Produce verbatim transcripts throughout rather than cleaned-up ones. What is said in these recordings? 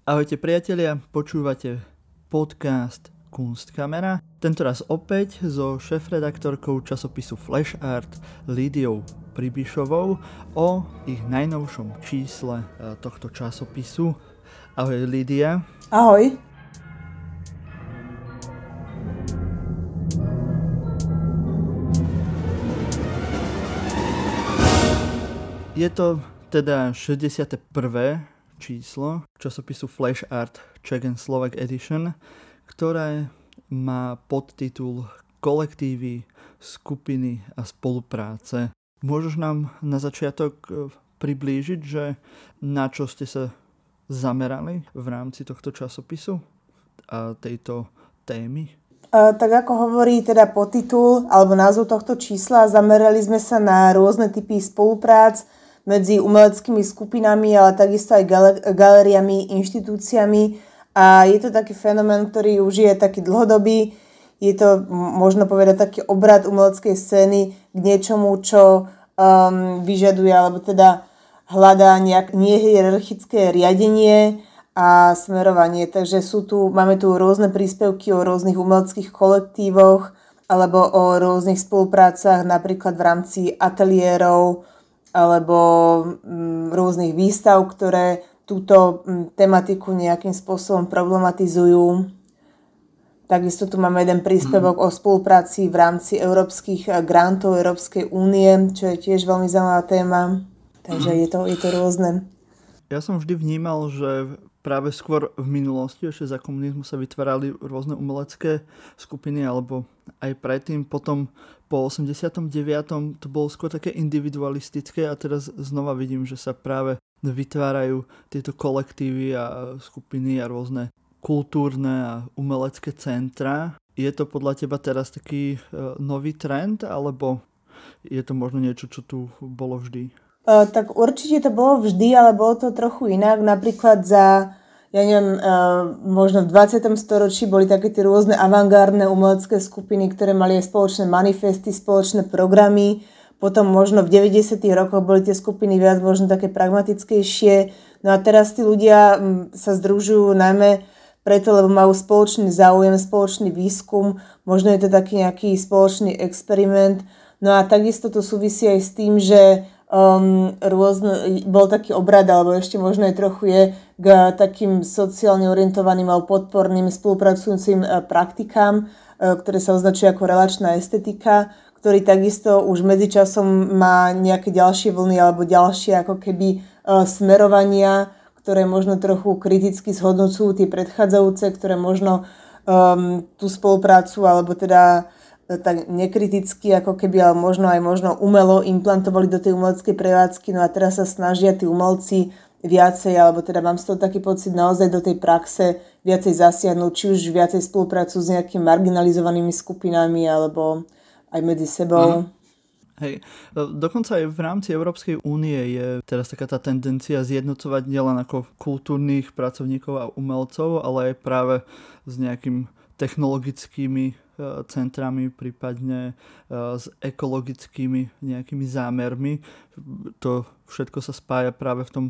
Ahojte priatelia, počúvate podcast Kunstkamera. Tentoraz opäť so šéfredaktorkou časopisu Flash Art Lídiou Pribišovou o ich najnovšom čísle tohto časopisu. Ahoj Lídia. Ahoj. Je to teda šesťdesiate prvé číslo časopisu Flash Art Czech and Slovak Edition, ktoré má podtitul Kolektívy, skupiny a spolupráce. Môžeš nám na začiatok priblížiť, že na čo ste sa zamerali v rámci tohto časopisu a tejto témy? Uh, tak ako hovorí teda podtitul alebo názov tohto čísla, zamerali sme sa na rôzne typy spoluprác medzi umeleckými skupinami, ale takisto aj gal- galériami, inštitúciami. A je to taký fenomén, ktorý už je taký dlhodobý. Je to, možno povedať, taký obrad umeleckej scény k niečomu, čo um, vyžaduje, alebo teda hľadá nejak nehierarchické riadenie a smerovanie. Takže sú tu, máme tu rôzne príspevky o rôznych umeleckých kolektívoch alebo o rôznych spoluprácach, napríklad v rámci ateliérov alebo m, rôznych výstav, ktoré túto m, tematiku nejakým spôsobom problematizujú. Takisto tu máme jeden príspevok hmm. o spolupráci v rámci európskych grantov Európskej únie, čo je tiež veľmi zaujímavá téma. Takže hmm. je to, je to rôzne. Ja som vždy vnímal, že práve skôr v minulosti, ešte za komunizmu, sa vytvárali rôzne umelecké skupiny, alebo aj predtým. Potom po osemdesiatom deviatom to bolo skôr také individualistické a teraz znova vidím, že sa práve vytvárajú tieto kolektívy a skupiny a rôzne kultúrne a umelecké centra. Je to podľa teba teraz taký uh, nový trend, alebo je to možno niečo, čo tu bolo vždy? Uh, tak určite to bolo vždy, ale bolo to trochu inak. Napríklad za, ja neviem, uh, možno v dvadsiatom storočí boli také tie rôzne avantgárdne umelecké skupiny, ktoré mali aj spoločné manifesty, spoločné programy. Potom možno v deväťdesiatych rokoch boli tie skupiny viac možno také pragmatickejšie. No a teraz tí ľudia um, sa združujú najmä preto, lebo majú spoločný záujem, spoločný výskum. Možno je to taký nejaký spoločný experiment. No a takisto to súvisí aj s tým, že Um, rôzne, bol taký obrad, alebo ešte možno aj trochu je k takým sociálne orientovaným alebo podporným spolupracujúcim uh, praktikám, uh, ktoré sa označujú ako relačná estetika, ktorý takisto už medzičasom má nejaké ďalšie vlny alebo ďalšie ako keby uh, smerovania, ktoré možno trochu kriticky zhodnocujú tie predchádzajúce, ktoré možno um, tú spoluprácu alebo teda tak nekriticky, ako keby, ale možno aj možno umelo implantovali do tej umeleckej prevádzky, no a teraz sa snažia tí umelci viacej, alebo teda mám z toho taký pocit naozaj do tej praxe viacej zasiahnuť, či už viacej spoluprácu s nejakými marginalizovanými skupinami, alebo aj medzi sebou. Mm. Hej, dokonca aj v rámci Európskej únie je teraz taká tá tendencia zjednocovať nielen ako kultúrnych pracovníkov a umelcov, ale aj práve s nejakým technologickými centrami, prípadne s ekologickými nejakými zámermi. To všetko sa spája práve v tom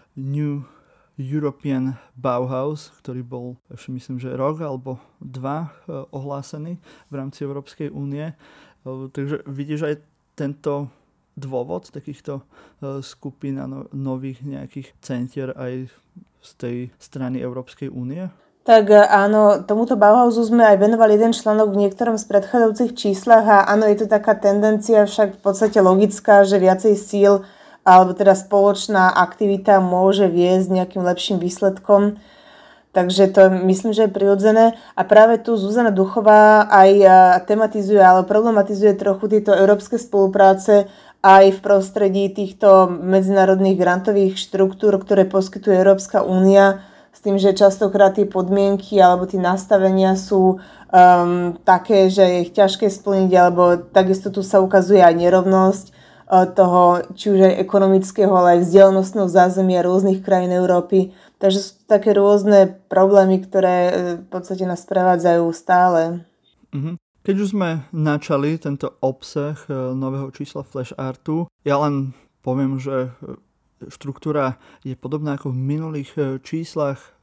New European Bauhaus, ktorý bol, ešte myslím, že rok alebo dva ohlásený v rámci Európskej únie. Takže vidíš aj tento dôvod takýchto skupín a nových nejakých centier aj z tej strany Európskej únie? Tak áno, tomuto Bauhausu sme aj venovali jeden článok v niektorom z predchádzajúcich číslach a áno, je to taká tendencia však v podstate logická, že viacej síl alebo teda spoločná aktivita môže viesť nejakým lepším výsledkom. Takže to myslím, že je prirodzené. A práve tu Zuzana Duchová aj tematizuje, ale problematizuje trochu tieto európske spolupráce aj v prostredí týchto medzinárodných grantových štruktúr, ktoré poskytuje Európska únia, s tým, že častokrát tie podmienky alebo tie nastavenia sú um, také, že je ich ťažké splniť, alebo takisto tu sa ukazuje aj nerovnosť uh, toho, či už aj ekonomického, ale aj vzdialenostného zázemia rôznych krajín Európy. Takže sú také rôzne problémy, ktoré uh, v podstate nás prevádzajú stále. Mhm. Keď už sme načali tento obsah uh, nového čísla Flash Artu, ja len poviem, že štruktúra je podobná ako v minulých číslach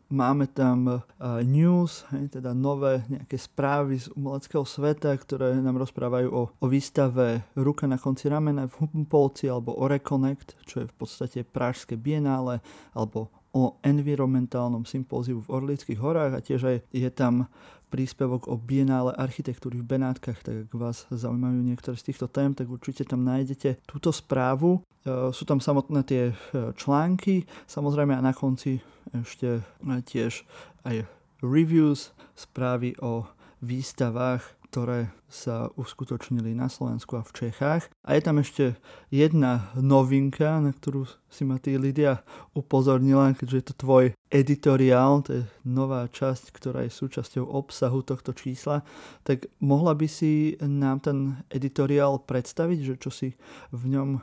máme tam uh, news, hej, teda nové nejaké správy z umeleckého sveta, ktoré nám rozprávajú o, o výstave Ruka na konci ramena v Humpolci alebo o Reconnect, čo je v podstate Pražské bienále, alebo o environmentálnom sympóziu v Orlických horách a tiež aj je tam príspevok o bienále architektúry v Benátkach, tak ak vás zaujímajú niektoré z týchto tém, tak určite tam nájdete túto správu. E, sú tam samotné tie články, samozrejme a na konci ešte tiež aj reviews, správy o výstavách, ktoré sa uskutočnili na Slovensku a v Čechách. A je tam ešte jedna novinka, na ktorú si ma ty, Lidia, upozornila, keďže je to tvoj editoriál, to je nová časť, ktorá je súčasťou obsahu tohto čísla. Tak mohla by si nám ten editoriál predstaviť, že čo si v ňom uh,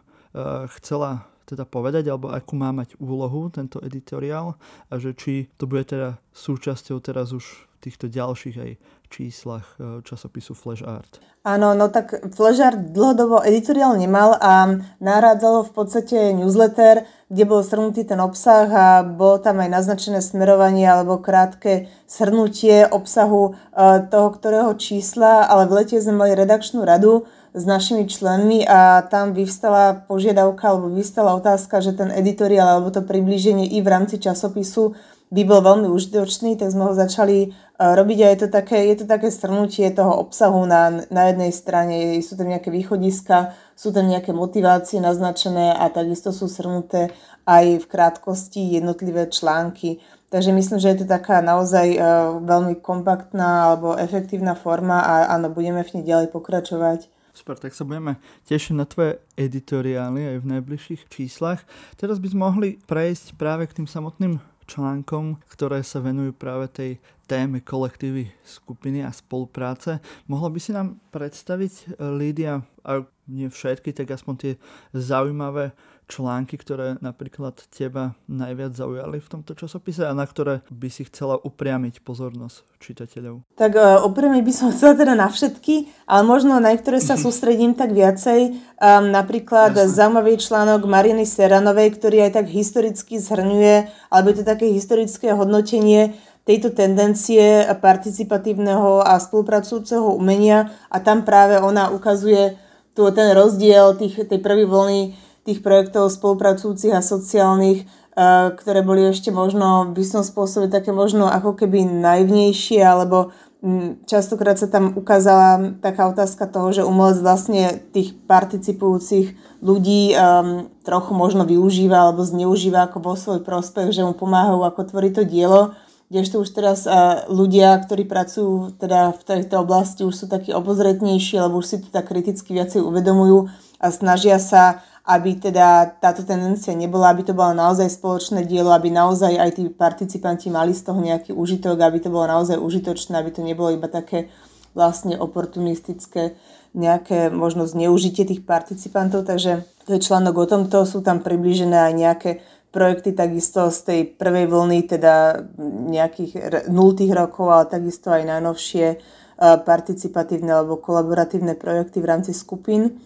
chcela teda povedať, alebo akú má mať úlohu tento editoriál a že či to bude teda súčasťou teraz už týchto ďalších aj číslach časopisu Flash Art. Áno, no tak Flash Art dlhodobo editoriál nemal a narádzalo v podstate newsletter, kde bol shrnutý ten obsah a bolo tam aj naznačené smerovanie alebo krátke shrnutie obsahu toho ktorého čísla, ale v lete sme mali redakčnú radu s našimi členmi a tam vyvstala požiadavka alebo vyvstala otázka, že ten editoriál alebo to priblíženie i v rámci časopisu by bol veľmi užitočný, tak sme ho začali robiť a je to také, je to také strnutie toho obsahu na, na jednej strane, sú tam nejaké východiska, sú tam nejaké motivácie naznačené a takisto sú shrnuté aj v krátkosti jednotlivé články. Takže myslím, že je to taká naozaj uh, veľmi kompaktná alebo efektívna forma a áno, budeme v nej ďalej pokračovať. Super, tak sa budeme tešiť na tvoje editoriály aj v najbližších číslach. Teraz by sme mohli prejsť práve k tým samotným článkom, ktoré sa venujú práve tej téme kolektívy, skupiny a spolupráce. Mohla by si nám predstaviť, Lídia, a nie všetky, tak aspoň tie zaujímavé články, ktoré napríklad teba najviac zaujali v tomto časopise a na ktoré by si chcela upriamiť pozornosť čitateľov? Tak uh, upriamiť by som chcela teda na všetky, ale možno na niektoré sa sústredím tak viacej. Um, napríklad Jasne. Zaujímavý článok Mariany Seranovej, ktorý aj tak historicky zhrňuje, alebo je to také historické hodnotenie tejto tendencie participatívneho a spolupracujúceho umenia a tam práve ona ukazuje tu ten rozdiel tých, tej prvej vlny tých projektov spolupracujúcich a sociálnych, uh, ktoré boli ešte možno v istom spôsobe také možno ako keby naivnejšie, alebo um, častokrát sa tam ukázala taká otázka toho, že umelec vlastne tých participujúcich ľudí um, trochu možno využíva alebo zneužíva ako vo svoj prospech, že mu pomáhajú ako tvoriť to dielo. Kdežto už teraz uh, ľudia, ktorí pracujú teda v tejto oblasti, už sú takí obozretnejší, alebo už si to tak kriticky viacej uvedomujú a snažia sa, aby teda táto tendencia nebola, aby to bolo naozaj spoločné dielo, aby naozaj aj tí participanti mali z toho nejaký užitok, aby to bolo naozaj užitočné, aby to nebolo iba také vlastne oportunistické nejaké možno zneužitie tých participantov. Takže to je článok o tomto, sú tam priblížené aj nejaké projekty takisto z tej prvej vlny, teda nejakých nultých rokov, ale takisto aj najnovšie participatívne alebo kolaboratívne projekty v rámci skupín.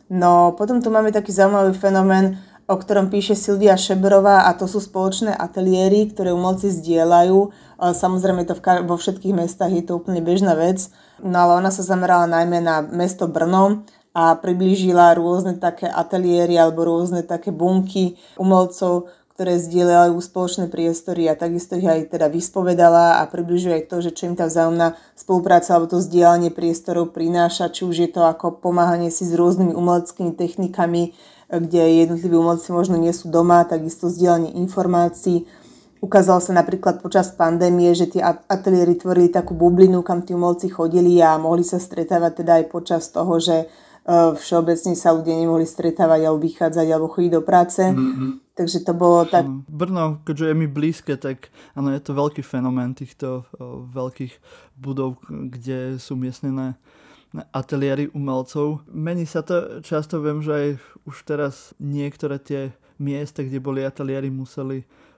No potom tu máme taký zaujímavý fenomén, o ktorom píše Silvia Šeberová a to sú spoločné ateliéry, ktoré umelci zdieľajú. Samozrejme to vo všetkých mestách je to úplne bežná vec, no ale ona sa zamerala najmä na mesto Brno a priblížila rôzne také ateliéry alebo rôzne také bunky umelcov, ktoré zdieľajú spoločné priestory a takisto ich aj teda vyspovedala a približuje aj to, že čo im tá vzájomná spolupráca alebo to zdieľanie priestorov prináša, či už je to ako pomáhanie si s rôznymi umeleckými technikami, kde jednotliví umelci možno nie sú doma, takisto zdieľanie informácií. Ukázalo sa napríklad počas pandémie, že tie ateliéry tvorili takú bublinu, kam tí umelci chodili a mohli sa stretávať teda aj počas toho, že všeobecne sa ľudia nemohli stretávať alebo vychádzať alebo chodiť do práce. Mm-hmm. Takže to bolo tak... Brno, keďže je mi blízke, tak áno, je to veľký fenomén týchto o, veľkých budov, kde sú miestnené ateliéry umelcov. Mení sa to, často viem, že aj už teraz niektoré tie miesta, kde boli ateliéry, museli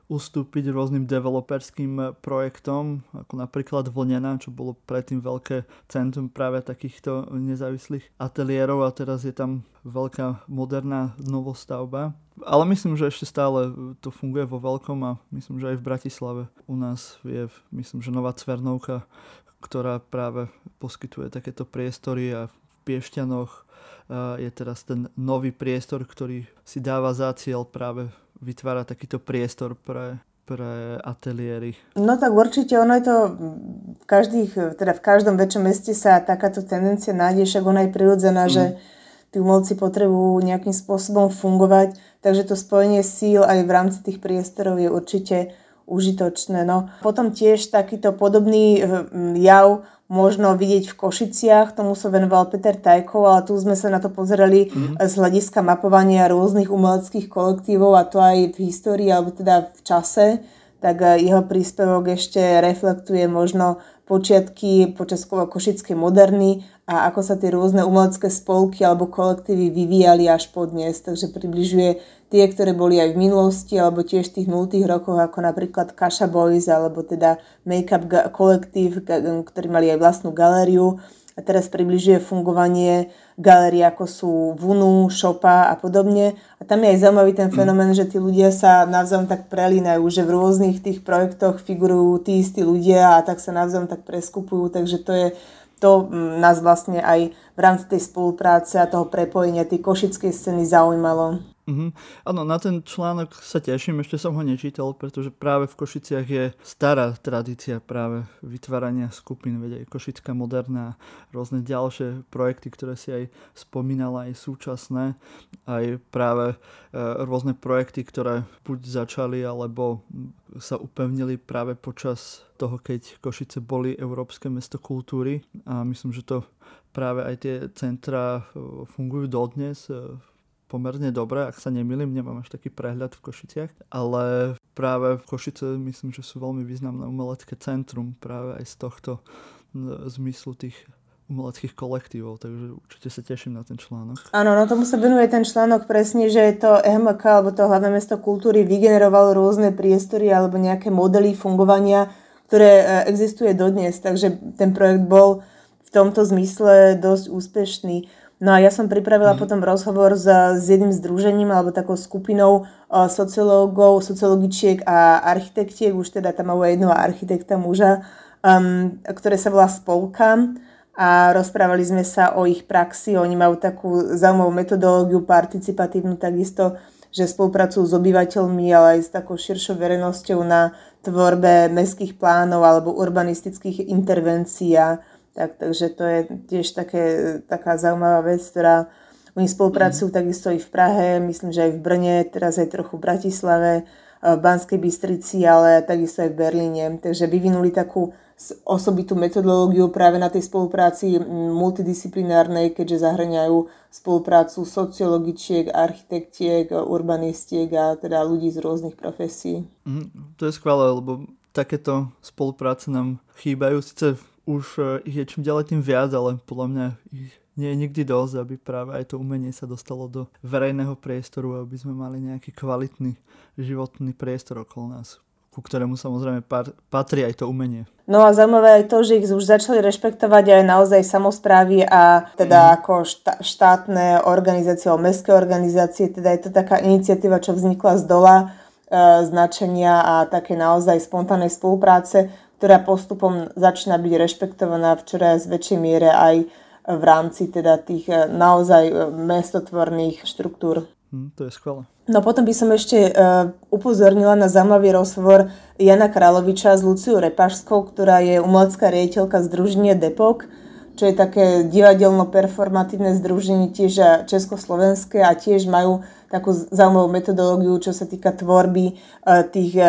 ustúpiť rôznym developerským projektom, ako napríklad Vlnena, čo bolo predtým veľké centrum práve takýchto nezávislých ateliérov a teraz je tam veľká moderná novostavba. Ale myslím, že ešte stále to funguje vo veľkom a myslím, že aj v Bratislave u nás je, myslím, že nová Cvernovka, ktorá práve poskytuje takéto priestory a v Piešťanoch je teraz ten nový priestor, ktorý si dáva za cieľ práve vytvárať takýto priestor pre, pre ateliéry. No tak určite, ono je to v, každých, teda v každom väčšom meste sa takáto tendencia nájde, však ona je prirodzená, mm. že tí umelci potrebujú nejakým spôsobom fungovať, takže to spojenie síl aj v rámci tých priestorov je určite užitočné. No. Potom tiež takýto podobný jav možno vidieť v Košiciach, tomu sa venoval Peter Tajkov, ale tu sme sa na to pozerali mm. z hľadiska mapovania rôznych umeleckých kolektívov a to aj v histórii, alebo teda v čase, tak jeho príspevok ešte reflektuje možno počiatky počas košickej moderny a ako sa tie rôzne umelecké spolky alebo kolektívy vyvíjali až po dnes. Takže približuje tie, ktoré boli aj v minulosti alebo tiež v tých nultých rokoch, ako napríklad Kasha Boys alebo teda Make-up kolektív, ktorí mali aj vlastnú galériu. A teraz približuje fungovanie galérií, ako sú Vunu, Šopa a podobne. A tam je aj zaujímavý ten fenomén, že tí ľudia sa navzájom tak prelínajú, že v rôznych tých projektoch figurujú tí istí ľudia a tak sa navzájom tak preskupujú. Takže to je to nás vlastne aj v rámci tej spolupráce a toho prepojenia tej košickej scény zaujímalo. Mhm. Áno, na ten článok sa teším, ešte som ho nečítal, pretože práve v Košiciach je stará tradícia práve vytvárania skupín, veď aj Košická moderná, rôzne ďalšie projekty, ktoré si aj spomínala, aj súčasné, aj práve e, rôzne projekty, ktoré buď začali, alebo sa upevnili práve počas toho, keď Košice boli Európske mesto kultúry a myslím, že to práve aj tie centra fungujú dodnes pomerne dobre, ak sa nemýlim, nemám až taký prehľad v Košiciach, ale práve v Košice myslím, že sú veľmi významné umelecké centrum práve aj z tohto zmyslu tých umeleckých kolektívov, takže určite sa teším na ten článok. Áno, no tomu sa venuje ten článok presne, že to é há em ká alebo to hlavné mesto kultúry vygenerovalo rôzne priestory alebo nejaké modely fungovania, ktoré existuje dodnes, takže ten projekt bol v tomto zmysle dosť úspešný. No a ja som pripravila mm. potom rozhovor s, s jedným združením alebo takou skupinou uh, sociológov, sociologičiek a architektiek, už teda tam majú jedného architekta muža, um, ktoré sa volá Spolka a rozprávali sme sa o ich praxi. Oni majú takú zaujímavú metodológiu participatívnu takisto, že spolupracujú s obyvateľmi, ale aj s takou širšou verejnosťou na tvorbe mestských plánov alebo urbanistických intervencií a Tak, takže to je tiež také, taká zaujímavá vec, ktorá oni spolupracujú mm. takisto i v Prahe, myslím, že aj v Brne, teraz aj trochu v Bratislave, v Banskej Bystrici, ale takisto aj v Berlíne. Takže vyvinuli takú osobitú metodológiu práve na tej spolupráci multidisciplinárnej, keďže zahŕňajú spoluprácu sociologičiek, architektiek, urbanistiek a teda ľudí z rôznych profesí. Mm, to je skvelé, lebo takéto spolupráce nám chýbajú. Sice už ich je čím ďalej tým viac, ale podľa mňa ich nie je nikdy dosť, aby práve aj to umenie sa dostalo do verejného priestoru, aby sme mali nejaký kvalitný životný priestor okolo nás, ku ktorému samozrejme patrí aj to umenie. No a zaujímavé aj to, že ich už začali rešpektovať aj naozaj samosprávy a teda mm. ako šta- štátne organizácie, mestské organizácie, teda je to taká iniciatíva, čo vznikla z dola, e, značenia a také naozaj spontánnej spolupráce, ktorá postupom začína byť rešpektovaná v čoraz väčšej miere aj v rámci teda tých naozaj mestotvorných štruktúr. Hm, to je skvelé. No potom by som ešte uh, upozornila na zaujímavý rozhovor Jana Kráľoviča s Luciou Repašskou, ktorá je umelecká riaditeľka združenia Depok, čo je také divadelno-performatívne združenie tiež československé a tiež majú takú zaujímavú metodológiu, čo sa týka tvorby tých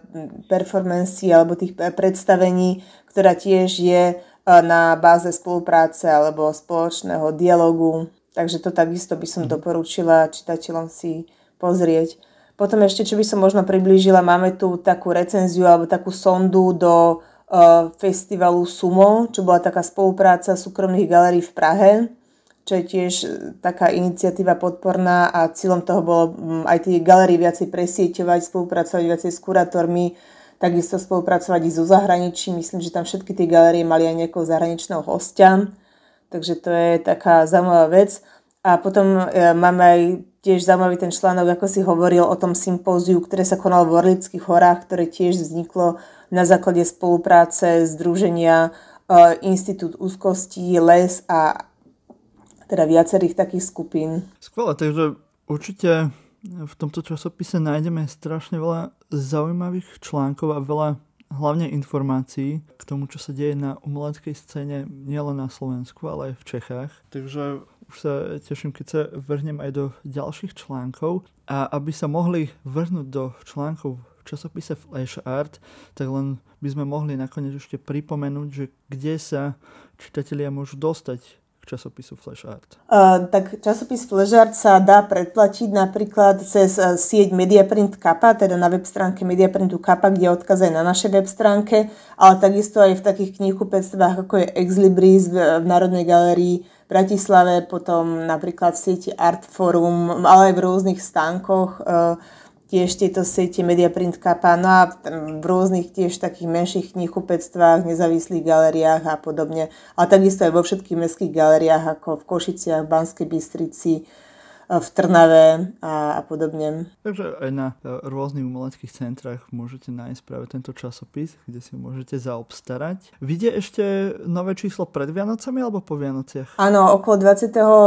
performancí alebo tých predstavení, ktorá tiež je na báze spolupráce alebo spoločného dialogu. Takže to takisto by som doporučila čitateľom si pozrieť. Potom ešte, čo by som možno priblížila, máme tu takú recenziu alebo takú sondu do festivalu Sumo, čo bola taká spolupráca súkromných galérií v Prahe čo je tiež taká iniciatíva podporná a cieľom toho bolo aj tie galérie viacej presieťovať, spolupracovať viacej s kurátormi, takisto spolupracovať i so zahraničím. Myslím, že tam všetky tie galérie mali aj nejakého zahraničného hostia, takže to je taká zaujímavá vec. A potom e, máme aj tiež zaujímavý ten článok, ako si hovoril o tom sympóziu, ktoré sa konalo v Orlických horách, ktoré tiež vzniklo na základe spolupráce Združenia e, Inštitút úzkostí, Les a teda viacerých takých skupín. Skvelé, takže určite v tomto časopise nájdeme strašne veľa zaujímavých článkov a veľa hlavne informácií k tomu, čo sa deje na umeleckej scéne nielen na Slovensku, ale aj v Čechách. Takže už sa teším, keď sa vrhnem aj do ďalších článkov. A aby sa mohli vrhnúť do článkov v časopise Flash Art, tak len by sme mohli nakoniec ešte pripomenúť, že kde sa čitatelia môžu dostať časopisu Flash Art. Uh, tak časopis Flash Art sa dá predplatiť napríklad cez uh, sieť Mediaprint Kappa, teda na web stránke Mediaprintu Kappa, kde je odkaz aj na našej web stránke, ale takisto aj v takých knihkupectvách, ako je Exlibris v, v Národnej galérii v Bratislave, potom napríklad v sieti Artforum, ale aj v rôznych stánkoch, uh, tiež tieto siete Mediaprint Kappa, no a v rôznych tiež takých menších knihkupectvách, nezávislých galériách a podobne. Ale takisto aj vo všetkých mestských galériách, ako v Košiciach, v Banskej Bystrici, v Trnave a, a podobne. Takže aj na rôznych umeleckých centrách môžete nájsť práve tento časopis, kde si môžete zaobstarať. Vyjde ešte nové číslo pred Vianocami alebo po Vianociach? Áno, okolo dvadsiateho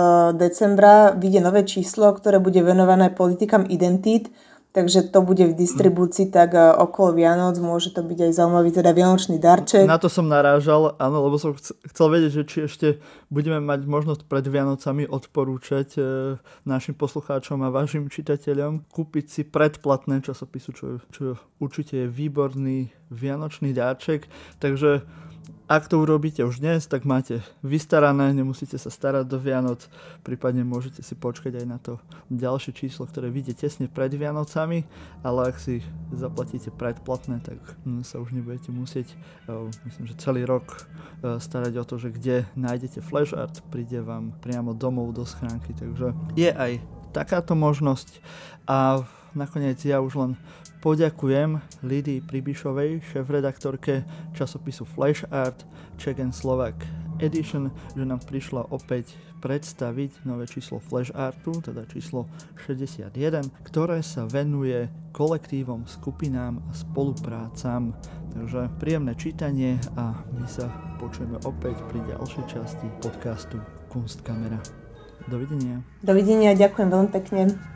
decembra vyjde nové číslo, ktoré bude venované politikám identít. Takže to bude v distribúcii tak okolo Vianoc, môže to byť aj zaujímavý teda vianočný darček. Na to som narážal, áno, lebo som chcel vedieť, že či ešte budeme mať možnosť pred Vianocami odporúčať e, našim poslucháčom a vašim čitateľom kúpiť si predplatné časopisu, čo, čo určite je výborný vianočný darček. Takže ak to urobíte už dnes, tak máte vystarané, nemusíte sa starať do Vianoc, prípadne môžete si počkať aj na to ďalšie číslo, ktoré vyjde tesne pred Vianocami, ale ak si zaplatíte predplatné, tak sa už nebudete musieť, myslím, že celý rok starať o to, že kde nájdete Flash Art, príde vám priamo domov do schránky, takže je aj takáto možnosť. A nakoniec ja už len poďakujem Lidii Pribišovej, šéfredaktorke časopisu Flash Art Czech and Slovak Edition, že nám prišla opäť predstaviť nové číslo Flash Artu, teda číslo šesťdesiatjeden, ktoré sa venuje kolektívom, skupinám a spoluprácam. Takže príjemné čítanie a my sa počujeme opäť pri ďalšej časti podcastu Kunstkamera. Dovidenia. Dovidenia, ďakujem veľmi pekne.